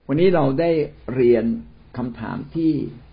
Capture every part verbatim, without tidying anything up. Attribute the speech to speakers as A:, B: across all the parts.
A: วันนี้เราได้เรียนคำถามที่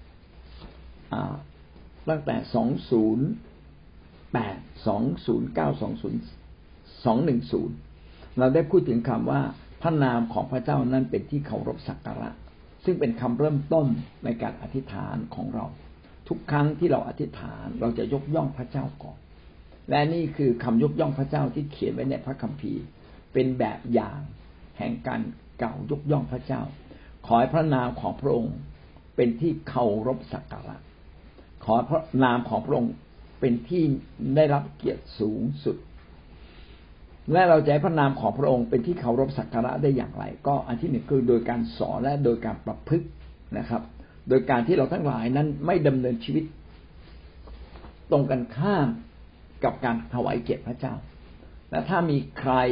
A: ตั้งแต่สองพันแปด สองพันเก้า สองพัน สองพันสิบเราได้พูดถึงคำว่าพระนามของพระเจ้านั้นเป็นที่เคารพสักการะซึ่งเป็นคำเริ่มต้นในการอธิษฐานของเราทุกครั้งที่เราอธิษฐานเราจะยกย่องพระเจ้าก่อนและนี่คือคำยกย่องพระเจ้าที่เขียนไว้ในพระคัมภีร์เป็นแบบอย่างแห่งการกล่าวยกย่องพระเจ้าขอให้พระนามของพระองค์เป็นที่เคารพสักการะขอพระนามของพระองค์เป็นที่ได้รับเกียรติสูงสุดและเราจะให้พระนามของพระองค์เป็นที่เคารพสักการะได้อย่างไรก็อันที่หนึ่งคือโดยการสอนและโดยการประพฤตินะครับโดยการที่เราทั้งหลายนั้นไม่ดำเนินชีวิตตรงกันข้ามกับการถวายเกียรติพระเจ้าและถ้ามีใคร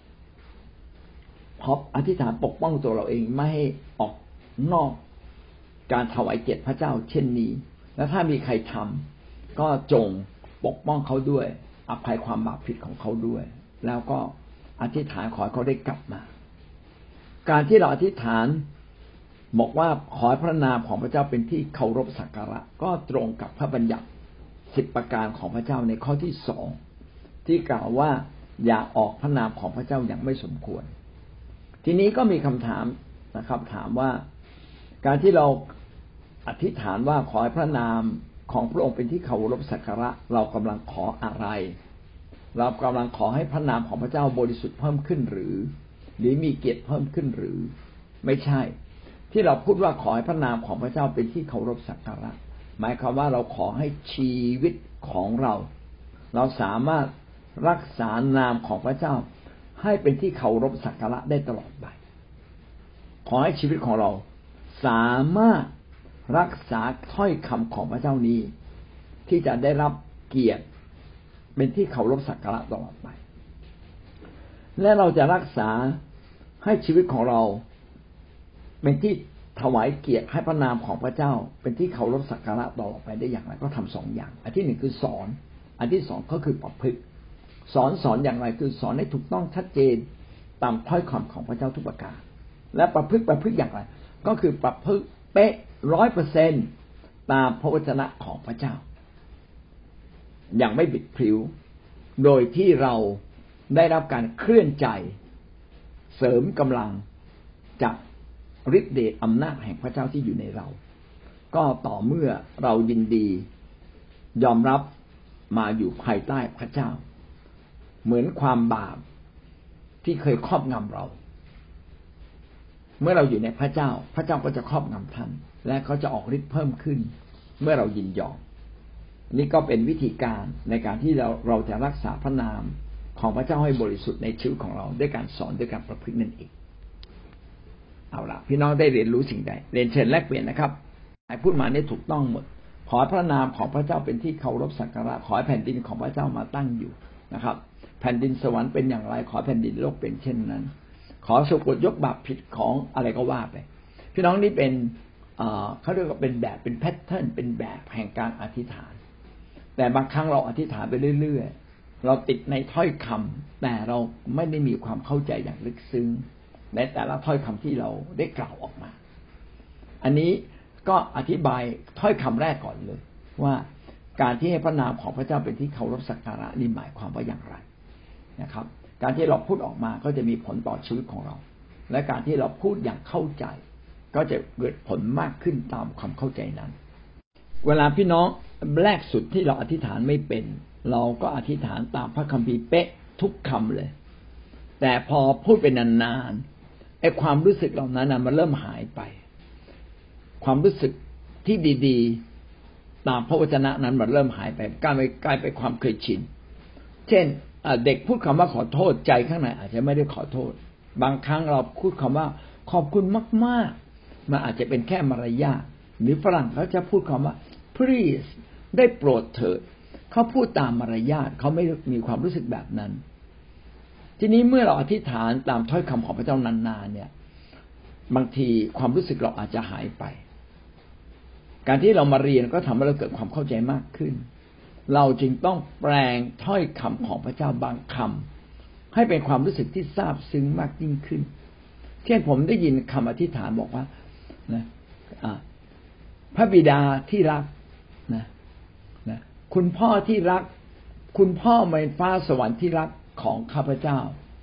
A: พบอธิษฐานปกป้องตัวเราเองไม่ให้ออกนอกการถวายเกียรติพระเจ้าเช่นนี้และถ้ามีใครทำก็จงปกป้องเขาด้วยอภัยความบาปผิดของเขาด้วยแล้วก็อธิษฐานขอให้เขาได้กลับมาการที่เราอธิษฐานบอกว่าขอให้พระนามของพระเจ้าเป็นที่เคารพสักการะก็ตรงกับพระบัญญัติสิบประการของพระเจ้าในข้อที่สองที่กล่าวว่าอย่าออกพระนามของพระเจ้าอย่างไม่สมควรทีนี้ก็มีคำถามนะครับถามว่าการที่เราอธิษฐานว่าขอให้พระนามของพระองค์เป็นที่เคารพสักการะเรากำลังขออะไรเรากำลังขอให้พระนามของพระเจ้าบริสุทธิ์เพิ่มขึ้นหรือหรือมีเกียรติเพิ่มขึ้นหรือไม่ใช่ที่เราพูดว่าขอให้พระนามของพระเจ้าเป็นที่เคารพสักการะหมายความว่าเราขอให้ชีวิตของเราเราสามารถรักษานามของพระเจ้าให้เป็นที่เคารพสักการะได้ตลอดไปขอให้ชีวิตของเราสามารถรักษาถ้อยคำของพระเจ้านี้ที่จะได้รับเกียรติเป็นที่เคารพสักการะตลอดไปและเราจะรักษาให้ชีวิตของเราเป็นที่ถวายเกียรติให้พระนามของพระเจ้าเป็นที่เคารพสักการะตลอดไปได้อย่างไรก็ทำสองอย่างอันที่หนึ่งคือสอนอันที่สองก็คือประพฤติสอนสอนอย่างไรคือสอนให้ถูกต้องชัดเจนตามถ้อยคำของพระเจ้าทุกประการและประพฤติประพฤติอย่างไรก็คือประพฤติเป๊ะ ร้อยเปอร์เซ็นต์ ตามพระวจนะของพระเจ้าอย่างไม่บิดพลิ้วโดยที่เราได้รับการเคลื่อนใจเสริมกำลังจากฤทธิ์เดชอำนาจแห่งพระเจ้าที่อยู่ในเราก็ต่อเมื่อเรายินดียอมรับมาอยู่ภายใต้พระเจ้าเหมือนความบาปที่เคยครอบงำเราเมื่อเราอยู่ในพระเจ้าพระเจ้าก็จะครอบงำท่านและเขาจะออกฤทธิ์เพิ่มขึ้นเมื่อเรายินยอมนี่ก็เป็นวิธีการในการที่เราเราจะรักษาพระนามของพระเจ้าให้บริสุทธิ์ในชีวิตของเราด้วยการสอนด้วยการประพฤตินั่นเองเอาล่ะพี่น้องได้เรียนรู้สิ่งใดเรียนเชิญแลกเปลี่ยนนะครับให้พูดมาเนี่ยถูกต้องหมดขอพระนามของพระเจ้าเป็นที่เคารพสักการะขอให้แผ่นดินของพระเจ้ามาตั้งอยู่นะครับแผ่นดินสวรรค์เป็นอย่างไรขอแผ่นดินโลกเป็นเช่นนั้นขอสะกดยกบาปผิดของอะไรก็ว่าไปพี่น้องนี่เป็นเอ่อเขาเรียกว่าเป็นแบบเป็นแพทเทิร์นเป็นแบบแห่งการอธิษฐานแต่บางครั้งเราอธิษฐานไปเรื่อยๆเราติดในถ้อยคำแต่เราไม่ได้มีความเข้าใจอย่างลึกซึ้งในแต่ละถ้อยคำที่เราได้กล่าวออกมาอันนี้ก็อธิบายถ้อยคำแรกก่อนเลยว่าการที่ให้พระนามของพระเจ้าเป็นที่เคารพสักการะนี่หมายความว่าอย่างไรนะครับการที่เราพูดออกมาก็จะมีผลต่อชีวิตของเราและการที่เราพูดอย่างเข้าใจก็จะเกิดผลมากขึ้นตามความเข้าใจนั้นเวลาพี่น้องแรกสุดที่เราอธิษฐานไม่เป็นเราก็อธิษฐานตามพระคัมภีร์เป๊ะทุกคำเลยแต่พอพูดไปนานๆไอ้ความรู้สึกเหล่านั้นนะมันเริ่มหายไปความรู้สึกที่ดีๆตามพระวจนะนั้นมันเริ่มหายไปกลายไปกลายเป็นความเคยชินเช่นเด็กพูดคำว่าขอโทษใจข้างในอาจจะไม่ได้ขอโทษบางครั้งเราพูดคำว่าขอบคุณมากๆมันอาจจะเป็นแค่มารยาทหรือฝรั่งเขาจะพูดคำว่า please ได้โปรดเถิดเขาพูดตามมารยาทเขาไม่มีความรู้สึกแบบนั้นทีนี้เมื่อเราอธิษฐานตามถ้อยคำของพระเจ้านานๆเนี่ยบางทีความรู้สึกเราอาจจะหายไปการที่เรามาเรียนก็ทำให้เราเกิดความเข้าใจมากขึ้นเราจึงต้องแปลงถ้อยคำของพระเจ้าบางคำให้เป็นความรู้สึกที่ซาบซึ้งมากยิ่งขึ้นเช่นผมได้ยินคำอธิษฐานบอกว่านะพระบิดาที่รักนะนะคุณพ่อที่รักคุณพ่อในฟ้าสวรรค์ที่รักของข้าพเจ้า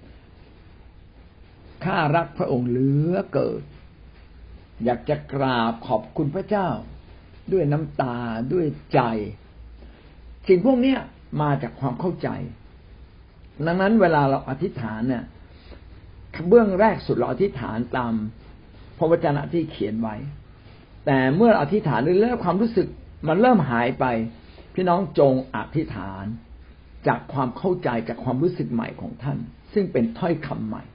A: ข้ารักพระองค์เหลือเกินอยากจะกราบขอบคุณพระเจ้าด้วยน้ำตาด้วยใจสิ่งพวกนี้มาจากความเข้าใจดังนั้นเวลาเราอธิษฐานเนี่ยเบื้องแรกสุดเราอธิษฐานตามพระวจนะที่เขียนไว้แต่เมื่ออธิษฐานเรื่อยๆความรู้สึกมันเริ่มหายไปพี่น้องจงอธิษฐานจากความเข้าใจจากความรู้สึกใหม่ของท่านซึ่งเป็นถ้อยคำใหม่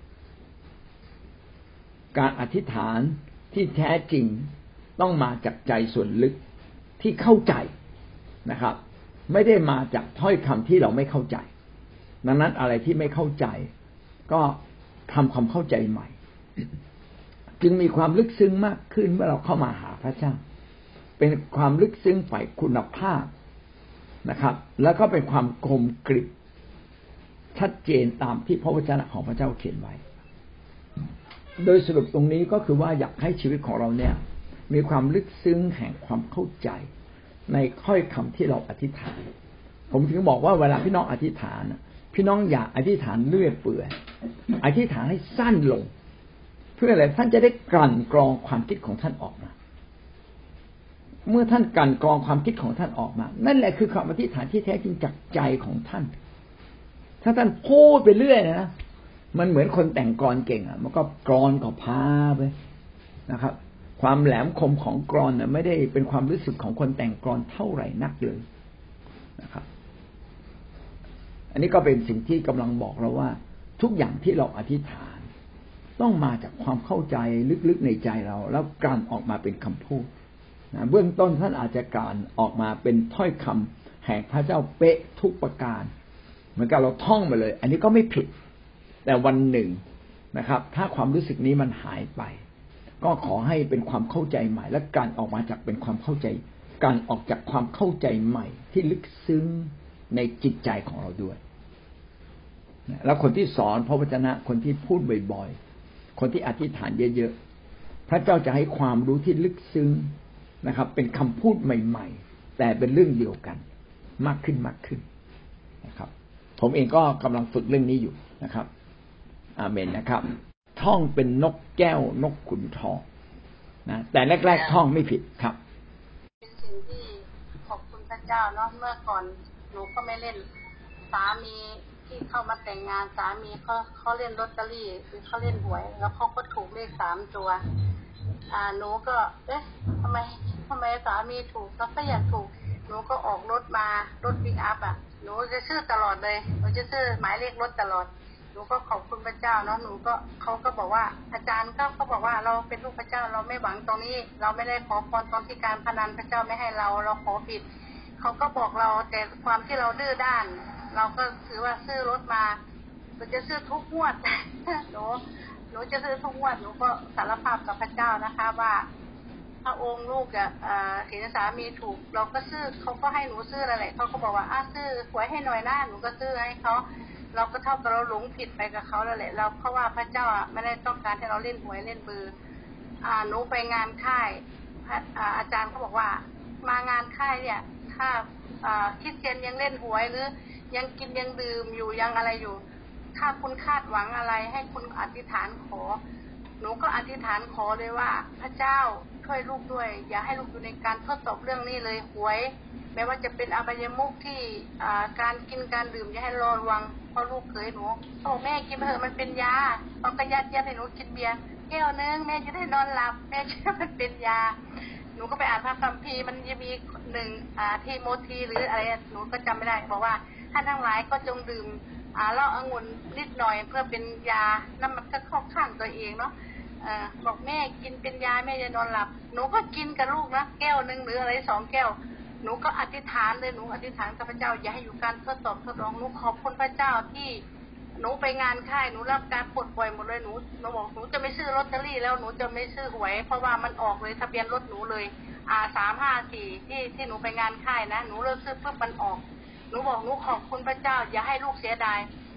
A: การอธิษฐานที่แท้จริงต้องมาจากใจส่วนลึกที่เข้าใจนะครับไม่ได้มาจากถ้อยคำที่เราไม่เข้าใจดังนั้นอะไรที่ไม่เข้าใจก็ทำความเข้าใจใหม่จึงมีความลึกซึ้งมากขึ้นเมื่อเราเข้ามาหาพระเจ้าเป็นความลึกซึ้งฝ่ายคุณภาพนะครับแล้วก็เป็นความคมกริบชัดเจนตามที่พระวจนะของพระเจ้าเขียนไว้โดยสรุปตรงนี้ก็คือว่าอยากให้ชีวิตของเราเนี่ยมีความลึกซึ้งแห่งความเข้าใจในถ้อยคำที่เราอธิษฐานผมถึงบอกว่าเวลาพี่น้องอธิษฐานพี่น้องอย่าอธิษฐานเลื่อยเปื่อยอธิษฐานให้สั้นลงเพื่ออะไรท่านจะได้กลั่นกรองความคิดของท่านออกมาเมื่อท่านกลั่นกรองความคิดของท่านออกมานั่นแหละคือคำอธิษฐานที่แท้จริงจากใจของท่านถ้าท่านพูดไปเรื่อยนะมันเหมือนคนแต่งกลอนเก่งอ่ะมันก็กรอนก็พาไปนะครับความแหลมคมของกรอนน่ะไม่ได้เป็นความรู้สึกของคนแต่งกลอนเท่าไหร่นักเลยนะครับอันนี้ก็เป็นสิ่งที่กำลังบอกเราว่าทุกอย่างที่เราอธิษฐานต้องมาจากความเข้าใจลึกๆในใจเราแล้วการออกมาเป็นคำพูดนะเบื้องต้นท่านอาจจะการออกมาเป็นถ้อยคำแห่งพระเจ้าเป๊ะทุกประการเหมือนกับเราท่องมาเลยอันนี้ก็ไม่ผิดแต่วันหนึ่งนะครับถ้าความรู้สึกนี้มันหายไปก็ขอให้เป็นความเข้าใจใหม่และการออกมาจากเป็นความเข้าใจการออกจากความเข้าใจใหม่ที่ลึกซึ้งในจิตใจของเราด้วยแล้วคนที่สอนพระวจนะคนที่พูดบ่อยๆคนที่อธิษฐานเยอะๆพระเจ้าจะให้ความรู้ที่ลึกซึ้งนะครับเป็นคำพูดใหม่ๆแต่เป็นเรื่องเดียวกันมากขึ้นมากขึ้นนะครับผมเองก็กำลังฝึกเรื่องนี้อยู่นะครับอาเมนนะครับท่องเป็นนกแก้วนกขุนทองนะแต่แรกๆท่องไม่ผิดครับ
B: เป็นสิ่งที่ขอบคุณพระเจ้าเนาะเมื่อก่อนหนูก็ไม่เล่นสามีที่เข้ามาแต่งงานสามีเขาเขาเล่นลอตเตอรี่หรือเขาเล่นหวยแล้วเขาก็ถูกเลขสามตัวอ่าหนูก็เอ๊ะทำไมทำไมสามีถูกแล้วก็อยากถูกหนูก็ออกรถมารถปิกอัพอ่ะหนูจะซื้อตลอดเลยหนูจะซื้อหมายเลขรถตลอดหนูก็ขอบคุณพระเจ้าเนาะหนูก็เขาก็บอกว่าอาจารย์ก็เขาบอกว่าเราเป็นลูกพระเจ้าเราไม่หวังตรงนี้เราไม่ได้ขอพรตอนที่การพนันพระเจ้าไม่ให้เราเราขอผิดเขาก็บอกเราแต่ความที่เราดื้อด้านเราก็ถือว่าซื้อรถมาหนูจะซื้อทุกงวดหนูหนูจะซื้อทุกงวดหนูก็สารภาพกับพระเจ้านะคะว่าพระองค์ลูกอ่ะเห็นสามีถูกเราก็ซื้อเขาก็ให้หนูซื้ออะไรแหละเขาก็บอกว่าอ้าซื้อหวยให้หน่อยนะหนูก็ซื้อให้เขาเราก็เท่ากับเราหลงผิดไปกับเขาแล้วแหละเราเพราะว่าพระเจ้าอ่ะไม่ได้ต้องการให้เราเล่นหวยเล่นเบอร์อ่าหนูไปงานค่ายอาจารย์เขาบอกว่ามางานค่ายเนี่ยถ้าคริสเตียนยังเล่นหวยหรือยังกินยังดื่มอยู่ยังอะไรอยู่ถ้าคุณคาดหวังอะไรให้คุณอธิษฐานขอหนูก็อธิษฐานขอเลยว่าพระเจ้าช่วยลูกด้วยอย่าให้ลูกอยู่ในการทดสอบเรื่องนี้เลยหวยแม้ว่าจะเป็นอบายมุขที่การกินการดื่มอย่าให้ระวังเพราะลูกเคยหนูโอ้แม่กินเถอะมันเป็นยาต้องกระยัดยัดให้หนูกินเบียร์แก้วนึงแม่จะได้นอนหลับแม่เชื่อมันเป็นยาหนูก็ไปอ่านพระคัมภีร์มันจะมีหนึ่งที่โมทีหรืออะไรหนูก็จำไม่ได้บอกว่าท่านทั้งหลายก็จงดื่มเหล้าองุ่นนิดหน่อยเพื่อเป็นยาน้ำมันก็เข้าข้างตัวเองเนาะบอกแม่กินเป็นยาแม่จะนอนหลับหนูก็กินกับลูกนะแก้วนึงหรืออะไรสองแก้วหนูก็อธิษฐานเลยหนูอธิษฐานกับพระเจ้าอย่าให้อยู่การทดสอบทดลองหนูขอบคุณพระเจ้าที่หนูไปงานค่ายหนูรับการปลดปล่อยหมดเลยหนูหนูบอกหนูจะไม่ซื้อลอตเตอรี่แล้วหนูจะไม่ซื้อหวยเพราะว่ามันออกเลยทะเบียนรถหนูเลยอ่าสามห้าสี่ที่ที่หนูไปงานค่ายนะหนูเลิกซื้อปุ๊บมันออกหนูบอกหนูขอบคุณพระเจ้าอย่าให้ลูกเสียดาย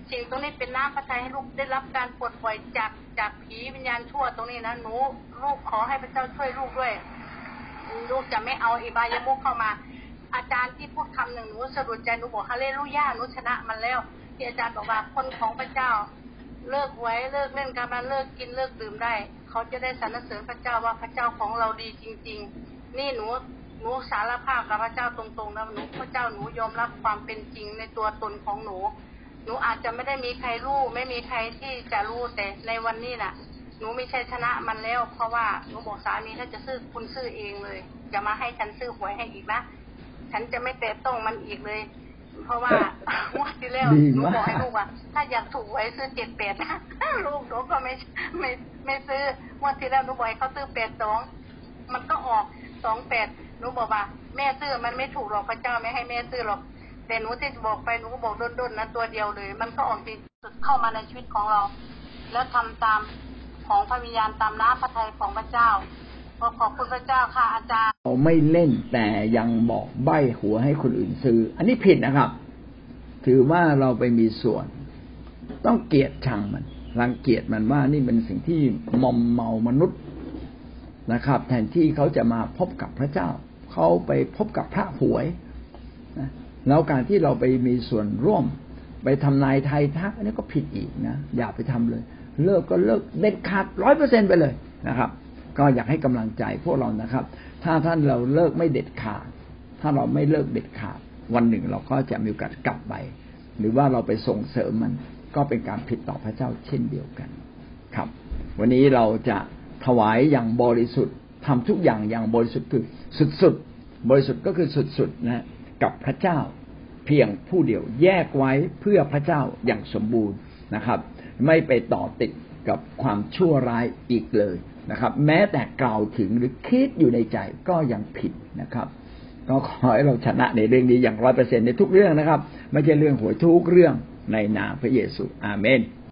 B: สิ่งตรงนี้เป็นน้ำพระทัยให้ลูกได้รับการปลดปล่อยจากจากผีวิญญาณชั่วตรงนี้นะหนูลูกขอให้พระเจ้าช่วยลูกด้วยลูกจะไม่เอาอิบายมุขเข้ามาอาจารย์ที่พูดคำหนึ่งหนูสะดุดใจหนูบอกฮาเลลูยาหนูชนะมันแล้วที่อาจารย์บอกว่าคนของพระเจ้าเลิกหวยเลิกเล่นการพนันเลิกกินเลิกดื่มได้เขาจะได้สรรเสริญพระเจ้าว่าพระเจ้าของเราดีจริงๆนี่หนูหนูสารภาพกับพระเจ้าตรงๆนะหนูพระเจ้าหนูยอมรับความเป็นจริงในตัวตนของหนูหนูอาจจะไม่ได้มีใครรู้ไม่มีใครที่จะรู้แต่ในวันนี้น่ะหนูไม่ใช่ชนะมันแล้วเพราะว่าหนูบอกสามีถ้าจะซื้อคุณซื้อเองเลยจะมาให้ฉันซื้อหวยให้อีกนะฉันจะไม่เตะต้องมันอีกเลยเพราะว่างวดที่แล้วหนูบอกให้ลูกว่าถ้าอยากถูกหวยซื้อเจ็ดแปดนะลูกหนูก็ไม่ไม่ไม่ซื้องวดที่แล้วหนูบอกให้เขาซื้อแปดสองมันก็ออกสองแปดหนูบอกว่าแม่ซื้อมันไม่ถูกหรอกพระเจ้าไม่ให้แม่ซื้อหรอกแต่หนูที่บอกไปหนูก็บอกด้นๆนะตัวเดียวเลยมันก็ออกจริงสุดเข้ามาในชีวิตของเราแล้วทำตามของพระวิญญาณตามน้ำพระทัยของพระเจ้าขอขอบคุณพระเจ้าค่ะอาจารย์
A: เราไม่เล่นแต่ยังบอกใบ้หัวให้คนอื่นซื้ออันนี้ผิดนะครับถือว่าเราไปมีส่วนต้องเกลียดชังมันรังเกียจมันว่านี่เป็นสิ่งที่มอมเมามนุษย์นะครับแทนที่เขาจะมาพบกับพระเจ้าเขาไปพบกับพระหวยนะแล้วการที่เราไปมีส่วนร่วมไปทำนายไทยทักอันนี้ก็ผิดอีกนะอย่าไปทำเลยเลิกก็เลิกเด็ดขาด ร้อยเปอร์เซ็นต์ ไปเลยนะครับก็อยากให้กำลังใจพวกเรานะครับถ้าท่านเราเลิกไม่เด็ดขาดถ้าเราไม่เลิกเด็ดขาดวันหนึ่งเราก็จะมีโอกาสกลับไปหรือว่าเราไปส่งเสริมมันก็เป็นการผิดต่อพระเจ้าเช่นเดียวกันครับวันนี้เราจะถวายอย่างบริสุทธิ์ทำทุกอย่างอย่างบริสุทธิ์คือสุดๆบริสุทธิ์ก็คือสุดๆนะกับพระเจ้าเพียงผู้เดียวแยกไว้เพื่อพระเจ้าอย่างสมบูรณ์นะครับไม่ไปต่อติดกับความชั่วร้ายอีกเลยนะครับแม้แต่กล่าวถึงหรือคิดอยู่ในใจก็ยังผิดนะครับก็ขอให้เราชนะในเรื่องนี้อย่าง ร้อยเปอร์เซ็นต์ ในทุกเรื่องนะครับไม่ใช่เรื่องหวยทุกเรื่องในนามพระเยซูอาเมน